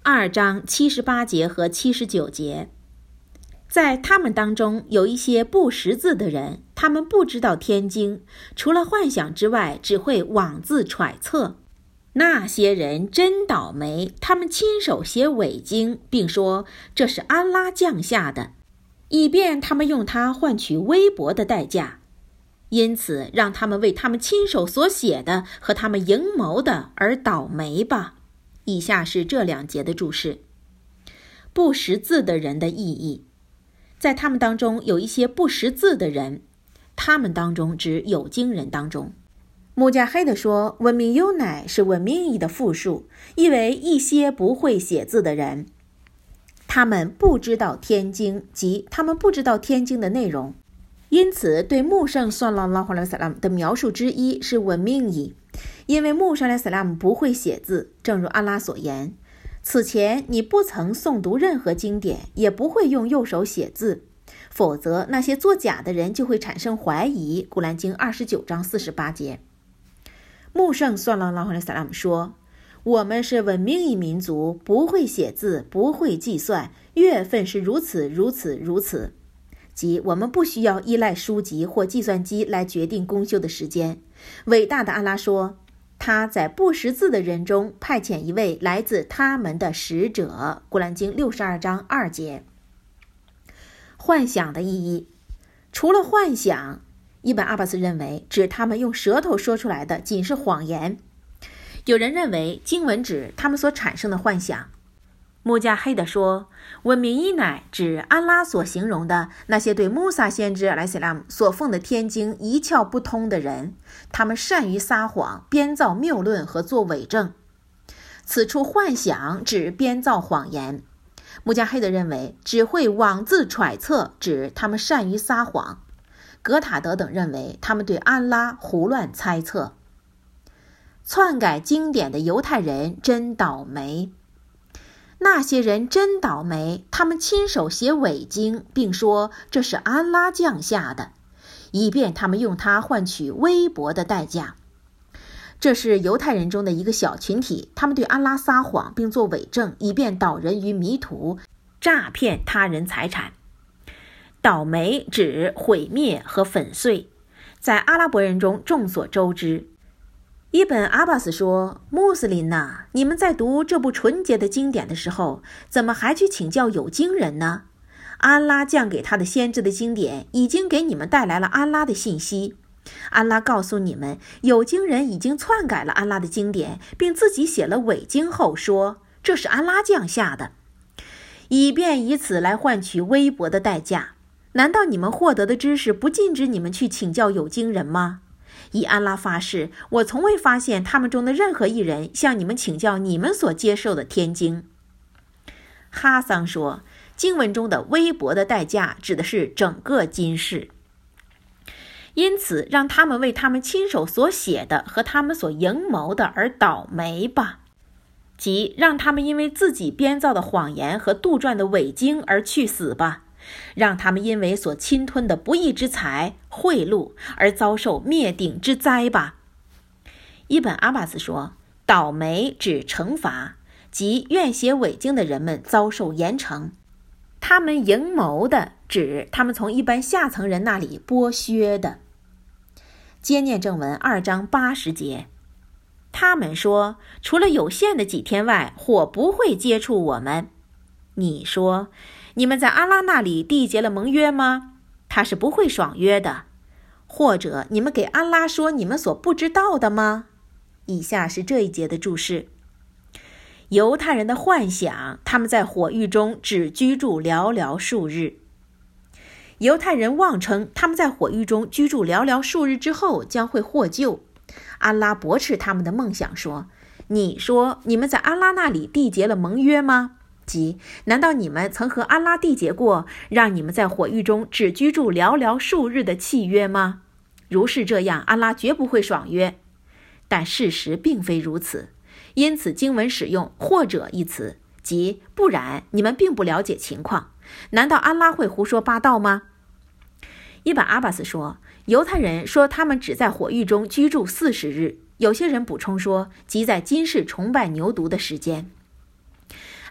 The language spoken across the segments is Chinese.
2章78节和79节。在他们当中有一些不识字的人，他们不知道天经，除了幻想之外，只会妄自揣测。那些人真倒霉，他们亲手写伪经，并说这是安拉降下的，以便他们用它换取微薄的代价。因此，让他们为他们亲手所写的和他们营谋的而倒霉吧。以下是这2节的注释。不识字的人的意义。在他们当中有一些不识字的人，他们当中指有经人当中。穆加黑德说，文明优乃是文明义的复数，意为一些不会写字的人，他们不知道天经，即他们不知道天经的内容。因此对穆圣算拉拉胡拉萨拉姆的描述之一是文明义，因为穆圣拉萨拉姆不会写字，正如安拉所言，此前你不曾诵读任何经典，也不会用右手写字，否则那些作假的人就会产生怀疑。古兰经29章48节。穆圣算拉拉胡拉萨拉姆说，我们是文明义民族，不会写字，不会计算，月份是如此如此如此，即我们不需要依赖书籍或计算机来决定公休的时间。伟大的安拉说，他在不识字的人中派遣一位来自他们的使者。古兰经62章2节。幻想的意义。除了幻想，伊本阿巴斯认为指他们用舌头说出来的仅是谎言。有人认为经文指他们所产生的幻想。穆加黑德说，文明义乃指安拉所形容的那些对穆萨先知来塞拉姆所奉的天经一窍不通的人，他们善于撒谎，编造谬论和作伪证。此处幻想指编造谎言。穆加黑德认为只会妄自揣测指他们善于撒谎。格塔德等认为他们对安拉胡乱猜测。篡改经典的犹太人真倒霉。那些人真倒霉，他们亲手写伪经，并说这是安拉降下的，以便他们用它换取微薄的代价。这是犹太人中的一个小群体，他们对安拉撒谎并作伪证，以便导人于迷途，诈骗他人财产。倒霉指毁灭和粉碎，在阿拉伯人中众所周知。伊本阿巴斯说，穆斯林呐，你们在读这部纯洁的经典的时候，怎么还去请教有经人呢？安拉降给他的先知的经典已经给你们带来了安拉的信息。安拉告诉你们，有经人已经篡改了安拉的经典，并自己写了伪经后说这是安拉降下的，以便以此来换取微薄的代价。难道你们获得的知识不禁止你们去请教有经人吗？以安拉发誓，我从未发现他们中的任何一人向你们请教你们所接受的天经。哈桑说，经文中的微薄的代价指的是整个今世。因此让他们为他们亲手所写的和他们所营谋的而倒霉吧，即让他们因为自己编造的谎言和杜撰的伪经而去死吧，让他们因为所侵吞的不义之财贿赂而遭受灭顶之灾吧。伊本阿巴斯说，倒霉指惩罚，即愿写伪经的人们遭受严惩。他们营谋的指他们从一般下层人那里剥削的。接念正文2章80节。他们说，除了有限的几天外，火不会接触我们。你说，你们在安拉那里缔结了盟约吗？他是不会爽约的。或者你们给安拉说你们所不知道的吗？以下是这一节的注释。犹太人的幻想，他们在火狱中只居住寥寥数日。犹太人妄称他们在火狱中居住寥寥数日之后将会获救。安拉驳斥他们的梦想说，你说你们在安拉那里缔结了盟约吗？即难道你们曾和安拉缔结过让你们在火狱中只居住寥寥数日的契约吗？如是这样，安拉绝不会爽约。但事实并非如此，因此经文使用或者一词，即不然你们并不了解情况。难道安拉会胡说八道吗？伊本阿巴斯说，犹太人说他们只在火狱中居住40日，有些人补充说即在今世崇拜牛犊的时间。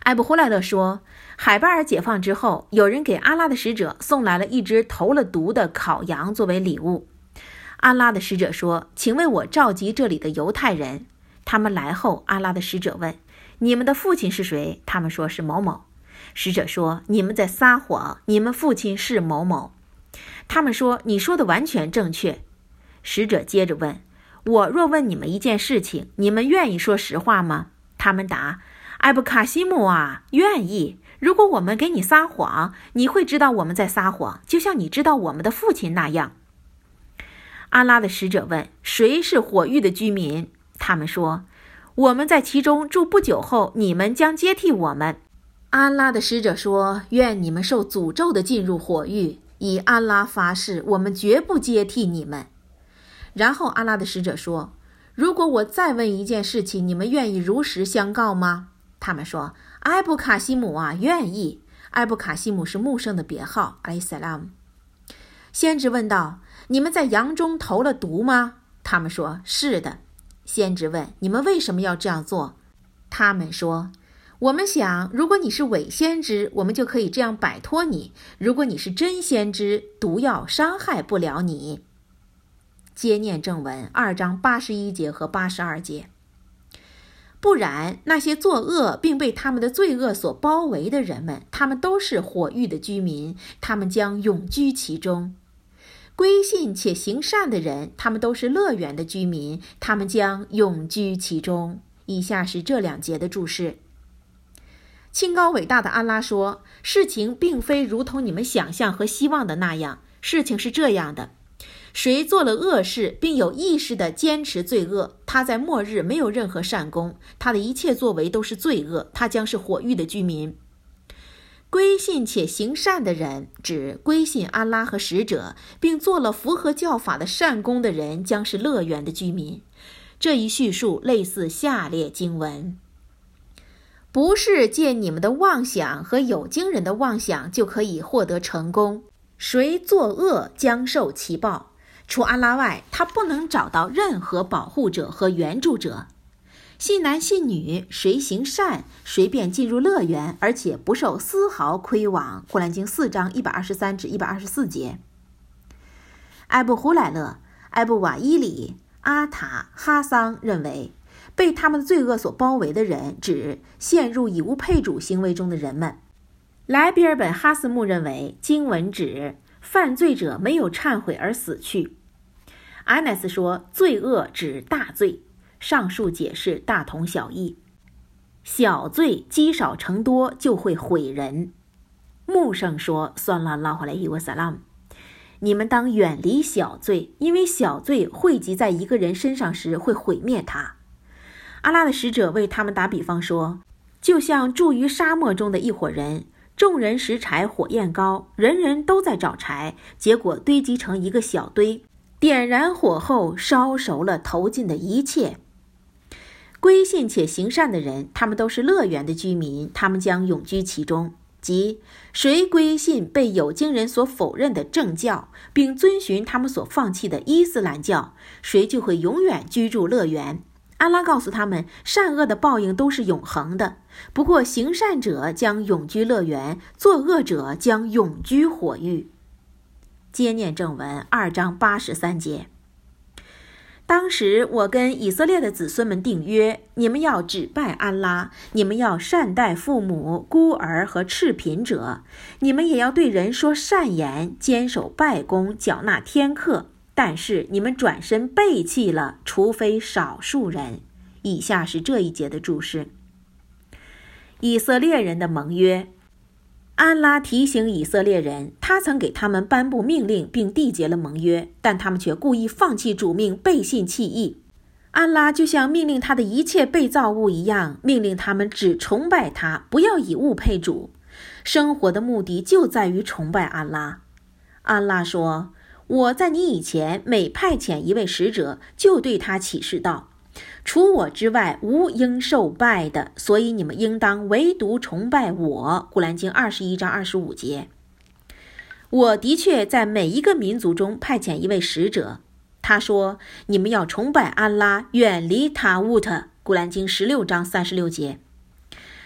艾布胡莱勒说，海巴尔解放之后，有人给阿拉的使者送来了一只投了毒的烤羊作为礼物。阿拉的使者说，请为我召集这里的犹太人。他们来后，阿拉的使者问，你们的父亲是谁？他们说是某某。使者说，你们在撒谎，你们父亲是某某。他们说，你说的完全正确。使者接着问，我若问你们一件事情，你们愿意说实话吗？他们答，艾布卡西姆啊，愿意。如果我们给你撒谎，你会知道我们在撒谎，就像你知道我们的父亲那样。阿拉的使者问，谁是火域的居民？他们说，我们在其中住不久后，你们将接替我们。阿拉的使者说，愿你们受诅咒的进入火域，以安拉发誓，我们绝不接替你们。然后阿拉的使者说，如果我再问一件事情，你们愿意如实相告吗？他们说，艾布卡西姆啊，愿意。艾布卡西姆是穆圣的别号，阿里萨拉姆。先知问道，你们在羊中投了毒吗？他们说，是的。先知问，你们为什么要这样做？他们说，我们想，如果你是伪先知，我们就可以这样摆脱你；如果你是真先知，毒药伤害不了你。接念正文2章81节和82节。不然，那些作恶并被他们的罪恶所包围的人们，他们都是火域的居民，他们将永居其中。归信且行善的人，他们都是乐园的居民，他们将永居其中。以下是这2节的注释。清高伟大的安拉说，事情并非如同你们想象和希望的那样，事情是这样的，谁做了恶事并有意识地坚持罪恶，他在末日没有任何善功，他的一切作为都是罪恶，他将是火域的居民。归信且行善的人，指归信安拉和使者，并做了符合教法的善功的人，将是乐园的居民。这一叙述类似下列经文：不是借你们的妄想和有经人的妄想就可以获得成功，谁作恶将受其报。除安拉外，他不能找到任何保护者和援助者。信男信女，谁行善，谁便进入乐园，而且不受丝毫亏枉。古兰经4章123至124节。艾布胡莱勒、艾布瓦伊里、阿塔、哈桑认为，被他们的罪恶所包围的人，指陷入以物配主行为中的人们。莱比尔本哈斯木认为，经文指犯罪者没有忏悔而死去。阿奈斯说，罪恶指大罪。上述解释大同小异，小罪积少成多就会毁人。穆圣说，算拉拉回来伊瓦萨拉姆，你们当远离小罪，因为小罪汇集在一个人身上时会毁灭他。阿拉的使者为他们打比方说，就像住于沙漠中的一伙人，众人拾柴火焰高，人人都在找柴，结果堆积成一个小堆，点燃火后烧熟了投进的一切。归信且行善的人，他们都是乐园的居民，他们将永居其中。即谁归信被有经人所否认的正教，并遵循他们所放弃的伊斯兰教，谁就会永远居住乐园。安拉告诉他们，善恶的报应都是永恒的，不过行善者将永居乐园，作恶者将永居火狱。接念正文2章83节。当时我跟以色列的子孙们订约，你们要只拜安拉，你们要善待父母、孤儿和赤贫者，你们也要对人说善言，坚守拜功，缴纳天课。但是你们转身背弃了，除非少数人。以下是这一节的注释。以色列人的盟约。安拉提醒以色列人，他曾给他们颁布命令并缔结了盟约，但他们却故意放弃主命，背信弃义。安拉就像命令他的一切被造物一样，命令他们只崇拜他，不要以物配主。生活的目的就在于崇拜安拉。安拉说，我在你以前每派遣一位使者，就对他启示道，除我之外无应受拜的，所以你们应当唯独崇拜我。古兰经21章25节。我的确在每一个民族中派遣一位使者，他说，你们要崇拜安拉，远离塔乌特。古兰经16章36节。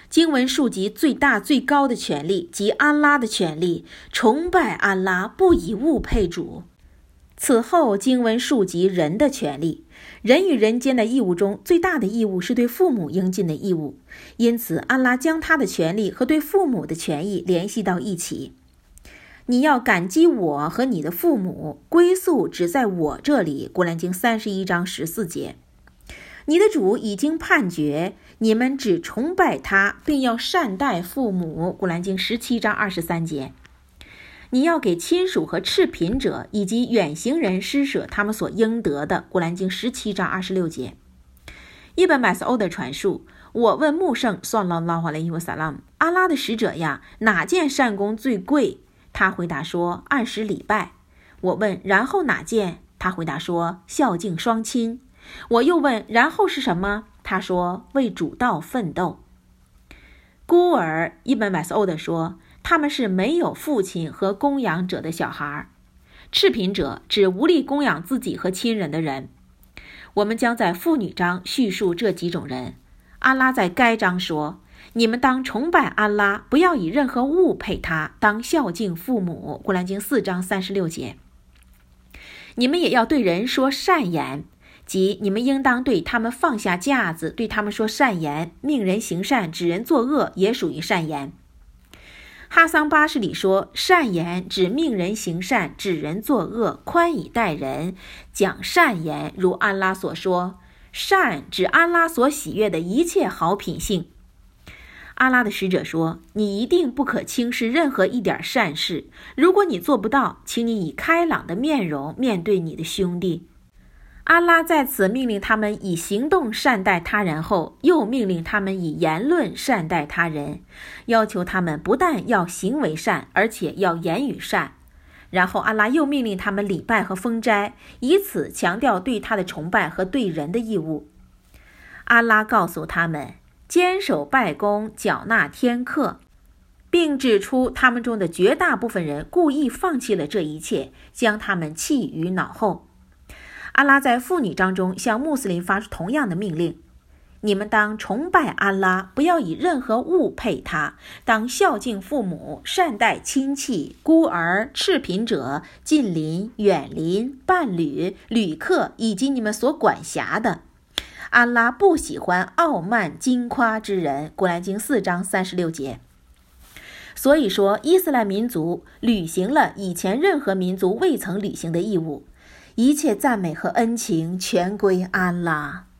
经文述及最大最高的权利及安拉的权利，崇拜安拉，不以物配主。此后经文述及人的权利，人与人间的义务中最大的义务是对父母应尽的义务，因此安拉将他的权利和对父母的权益联系到一起。你要感激我和你的父母，归宿只在我这里，古兰经31章14节。你的主已经判决你们只崇拜他，并要善待父母，古兰经17章23节。你要给亲属和赤贫者以及远行人施舍他们所应得的，古兰经17章26节。伊本·麦斯欧的传述，我问穆圣算了拉华雷伊瓦萨拉姆，阿拉的使者呀，哪件善功最贵？他回答说20礼拜。我问然后哪件？他回答说孝敬双亲。我又问然后是什么？他说为主道奋斗。孤儿，伊本·麦斯欧的说，他们是没有父亲和供养者的小孩。赤贫者指无力供养自己和亲人的人。我们将在妇女章叙述这几种人。安拉在该章说，你们当崇拜安拉，不要以任何物配他，当孝敬父母，古兰经4章36节。你们也要对人说善言，即你们应当对他们放下架子，对他们说善言，命人行善，指人作恶也属于善言。哈桑巴士里说，善言指命人行善，指人作恶，宽以待人，讲善言，如安拉所说，善指安拉所喜悦的一切好品性。阿拉的使者说，你一定不可轻视任何一点善事，如果你做不到，请你以开朗的面容面对你的兄弟。阿拉在此命令他们以行动善待他人后，又命令他们以言论善待他人，要求他们不但要行为善，而且要言语善。然后阿拉又命令他们礼拜和封斋，以此强调对他的崇拜和对人的义务。阿拉告诉他们坚守拜功，缴纳天课，并指出他们中的绝大部分人故意放弃了这一切，将他们弃于脑后。阿拉在妇女章中向穆斯林发出同样的命令，你们当崇拜安拉，不要以任何物配他，当孝敬父母，善待亲戚、孤儿、赤贫者、近邻、远邻、伴侣、旅客以及你们所管辖的。安拉不喜欢傲慢矜夸之人，古兰经4章36节。所以说，伊斯兰民族履行了以前任何民族未曾履行的义务。一切赞美和恩情全归安拉。